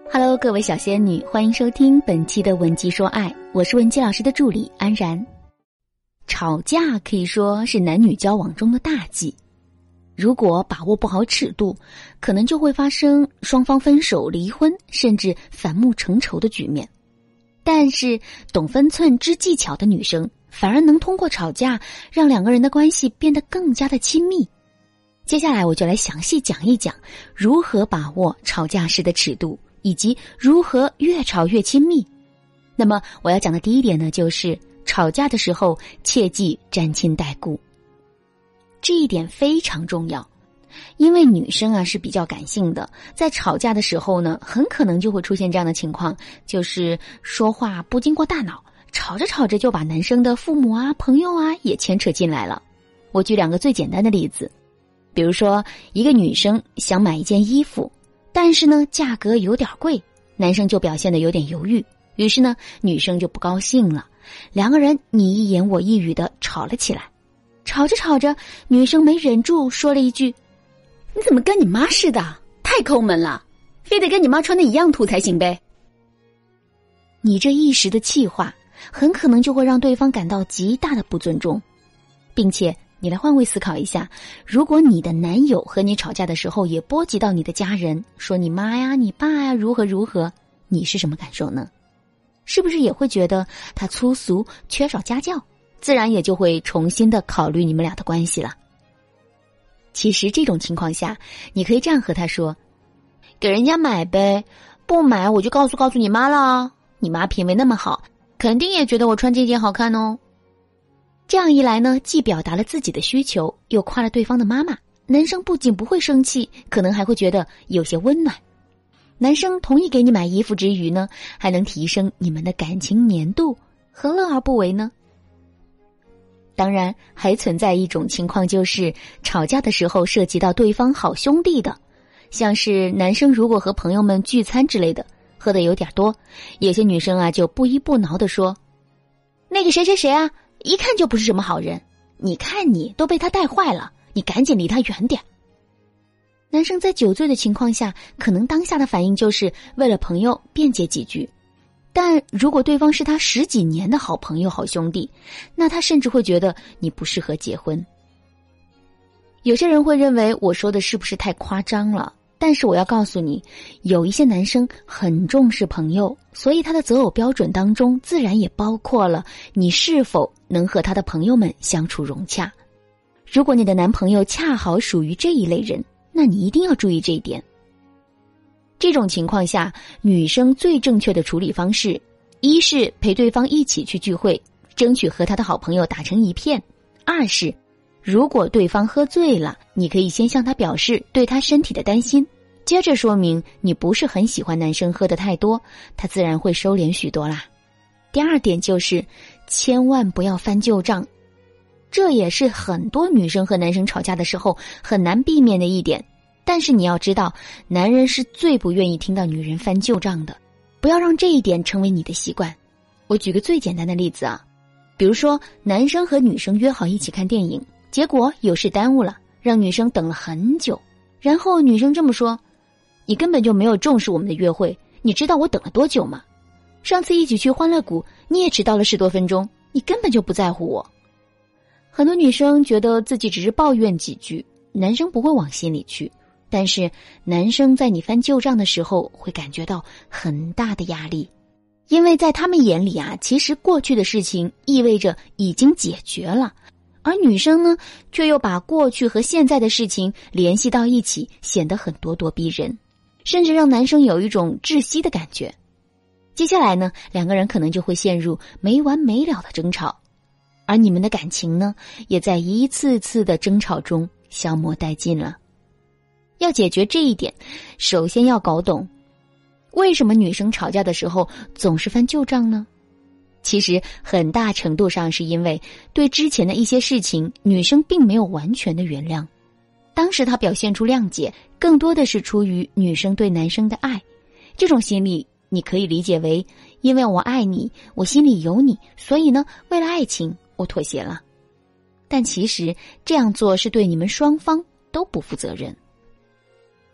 Hello， 各位小仙女，欢迎收听本期的文姬说爱，我是文姬老师的助理安然。吵架可以说是男女交往中的大忌，如果把握不好尺度，可能就会发生双方分手、离婚，甚至反目成仇的局面。但是懂分寸、知技巧的女生，反而能通过吵架让两个人的关系变得更加的亲密。接下来我就来详细讲一讲如何把握吵架时的尺度，以及如何越吵越亲密。那么我要讲的第一点呢，就是吵架的时候切忌沾亲带故。这一点非常重要，因为女生是比较感性的，在吵架的时候呢，很可能就会出现这样的情况，就是说话不经过大脑，吵着吵着就把男生的父母朋友也牵扯进来了。我举两个最简单的例子，比如说一个女生想买一件衣服，但是呢价格有点贵，男生就表现得有点犹豫，于是呢女生就不高兴了，两个人你一言我一语的吵了起来。吵着吵着，女生没忍住说了一句：你怎么跟你妈似的，太抠门了，非得跟你妈穿的一样土才行呗。你这一时的气话很可能就会让对方感到极大的不尊重，并且你来换位思考一下，如果你的男友和你吵架的时候也波及到你的家人，说你妈呀你爸呀如何如何，你是什么感受呢？是不是也会觉得他粗俗缺少家教，自然也就会重新的考虑你们俩的关系了。其实这种情况下，你可以这样和他说：给人家买呗，不买我就告诉你妈了，你妈品味那么好，肯定也觉得我穿这件好看哦。这样一来呢，既表达了自己的需求，又夸了对方的妈妈，男生不仅不会生气，可能还会觉得有些温暖。男生同意给你买衣服之余呢，还能提升你们的感情粘度，何乐而不为呢？当然还存在一种情况，就是吵架的时候涉及到对方好兄弟的，像是男生如果和朋友们聚餐之类的，喝得有点多，有些女生就不依不挠地说：那个谁谁谁一看就不是什么好人，你看你都被他带坏了，你赶紧离他远点。男生在酒醉的情况下，可能当下的反应就是为了朋友辩解几句，但如果对方是他10几年的好朋友好兄弟，那他甚至会觉得你不适合结婚。有些人会认为我说的是不是太夸张了，但是我要告诉你，有一些男生很重视朋友，所以他的择偶标准当中自然也包括了你是否能和他的朋友们相处融洽。如果你的男朋友恰好属于这一类人，那你一定要注意这一点。这种情况下，女生最正确的处理方式，一是陪对方一起去聚会，争取和他的好朋友打成一片；二是如果对方喝醉了，你可以先向他表示对他身体的担心，接着说明你不是很喜欢男生喝得太多，他自然会收敛许多啦。第二点就是千万不要翻旧账，这也是很多女生和男生吵架的时候很难避免的一点。但是你要知道，男人是最不愿意听到女人翻旧账的，不要让这一点成为你的习惯。我举个最简单的例子比如说男生和女生约好一起看电影，结果有事耽误了，让女生等了很久，然后女生这么说：你根本就没有重视我们的约会，你知道我等了多久吗？上次一起去欢乐谷，你也迟到了10多分钟，你根本就不在乎我。很多女生觉得自己只是抱怨几句，男生不会往心里去，但是男生在你翻旧账的时候会感觉到很大的压力，因为在他们眼里其实过去的事情意味着已经解决了，而女生呢却又把过去和现在的事情联系到一起，显得很咄咄逼人，甚至让男生有一种窒息的感觉。接下来呢，两个人可能就会陷入没完没了的争吵，而你们的感情呢也在一次次的争吵中消磨殆尽了。要解决这一点，首先要搞懂为什么女生吵架的时候总是翻旧账呢？其实很大程度上是因为对之前的一些事情，女生并没有完全的原谅。当时她表现出谅解，更多的是出于女生对男生的爱。这种心理你可以理解为，因为我爱你，我心里有你，所以呢，为了爱情我妥协了。但其实这样做是对你们双方都不负责任。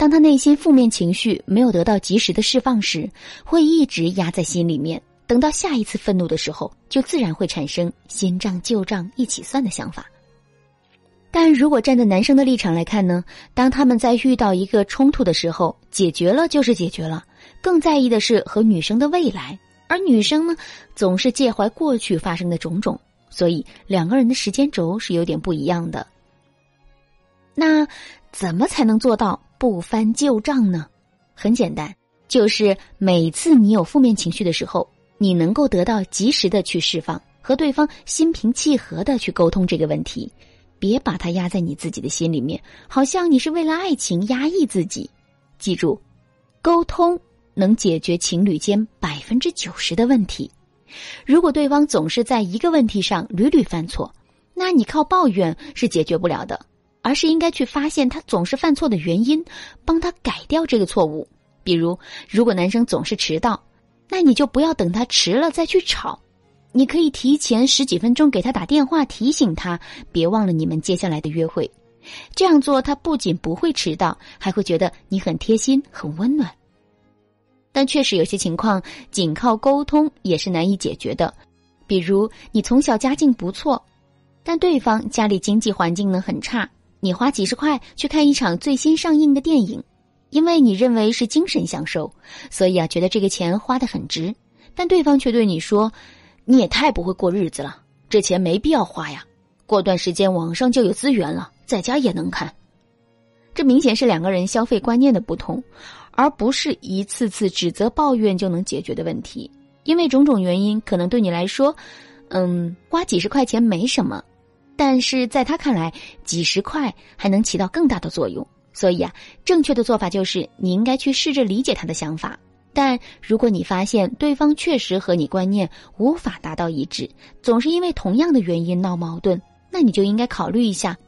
当他内心负面情绪没有得到及时的释放时，会一直压在心里面，等到下一次愤怒的时候，就自然会产生新账旧账一起算的想法。但如果站在男生的立场来看呢，当他们在遇到一个冲突的时候，解决了就是解决了，更在意的是和女生的未来，而女生呢，总是介怀过去发生的种种，所以两个人的时间轴是有点不一样的。那怎么才能做到不翻旧账呢？很简单，就是每次你有负面情绪的时候，你能够得到及时的去释放，和对方心平气和的去沟通这个问题，别把它压在你自己的心里面，好像你是为了爱情压抑自己。记住，沟通能解决情侣间90%的问题。如果对方总是在一个问题上屡屡犯错，那你靠抱怨是解决不了的，而是应该去发现他总是犯错的原因，帮他改掉这个错误。比如，如果男生总是迟到，那你就不要等他迟了再去吵，你可以提前10几分钟给他打电话提醒他，别忘了你们接下来的约会。这样做他不仅不会迟到，还会觉得你很贴心很温暖。但确实有些情况仅靠沟通也是难以解决的，比如你从小家境不错，但对方家里经济环境呢很差，你花几十块去看一场最新上映的电影，因为你认为是精神享受，所以觉得这个钱花得很值，但对方却对你说，你也太不会过日子了，这钱没必要花呀，过段时间网上就有资源了，在家也能看。这明显是两个人消费观念的不同，而不是一次次指责抱怨就能解决的问题。因为种种原因，可能对你来说花几十块钱没什么，但是在他看来几十块还能起到更大的作用。所以正确的做法就是你应该去试着理解他的想法，但如果你发现对方确实和你观念无法达到一致，总是因为同样的原因闹矛盾，那你就应该考虑一下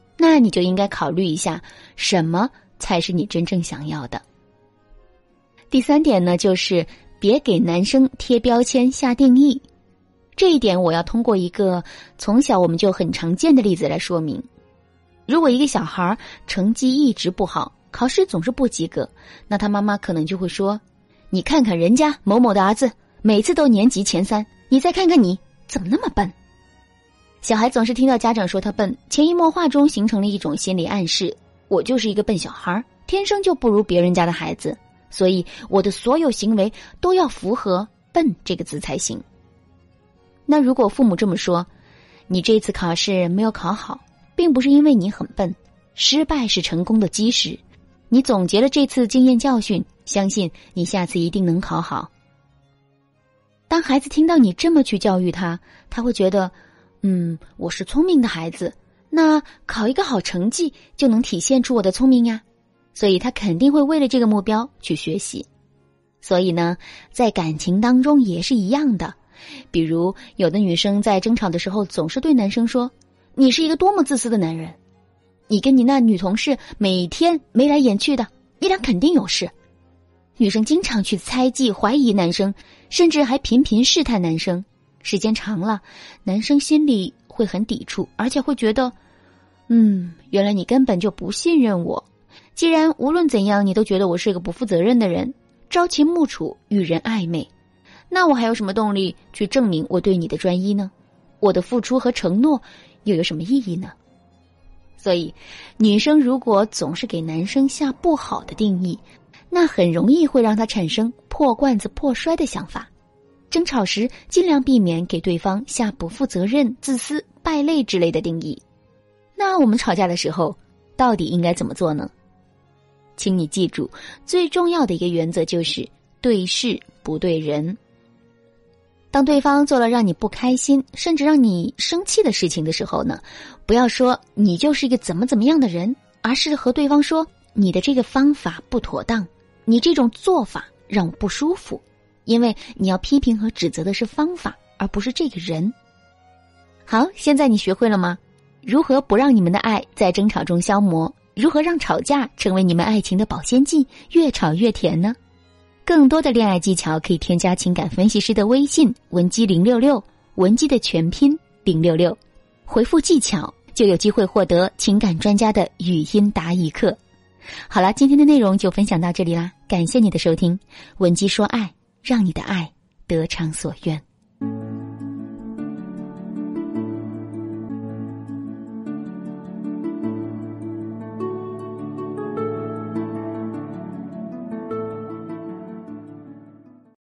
什么才是你真正想要的。第3点呢，就是别给男生贴标签下定义。这一点我要通过一个从小我们就很常见的例子来说明。如果一个小孩成绩一直不好，考试总是不及格，那他妈妈可能就会说，你看看人家某某的儿子每次都年级前3，你再看看你怎么那么笨。小孩总是听到家长说他笨，潜移默化中形成了一种心理暗示，我就是一个笨小孩，天生就不如别人家的孩子，所以我的所有行为都要符合笨这个字才行。那如果父母这么说，你这次考试没有考好，并不是因为你很笨，失败是成功的基石，你总结了这次经验教训，相信你下次一定能考好。当孩子听到你这么去教育他，他会觉得我是聪明的孩子，那考一个好成绩就能体现出我的聪明呀，所以他肯定会为了这个目标去学习。所以呢，在感情当中也是一样的，比如有的女生在争吵的时候总是对男生说，你是一个多么自私的男人，你跟你那女同事每天眉来眼去的，你俩肯定有事。女生经常去猜忌怀疑男生，甚至还频频试探男生，时间长了，男生心里会很抵触，而且会觉得原来你根本就不信任我，既然无论怎样你都觉得我是个不负责任的人，朝秦暮楚与人暧昧，那我还有什么动力去证明我对你的专一呢？我的付出和承诺又有什么意义呢？所以女生如果总是给男生下不好的定义，那很容易会让他产生破罐子破摔的想法。争吵时尽量避免给对方下不负责任、自私、败类之类的定义。那我们吵架的时候到底应该怎么做呢？请你记住，最重要的一个原则就是对事不对人。当对方做了让你不开心甚至让你生气的事情的时候呢，不要说你就是一个怎么样的人，而是和对方说，你的这个方法不妥当，你这种做法让我不舒服。因为你要批评和指责的是方法，而不是这个人。好，现在你学会了吗？如何不让你们的爱在争吵中消磨？如何让吵架成为你们爱情的保鲜剂，越吵越甜呢？更多的恋爱技巧可以添加情感分析师的微信文姬066，文姬的全拼066，回复技巧就有机会获得情感专家的语音答疑课。 好了，今天的内容就分享到这里啦，感谢你的收听。文姬说爱，让你的爱得偿所愿。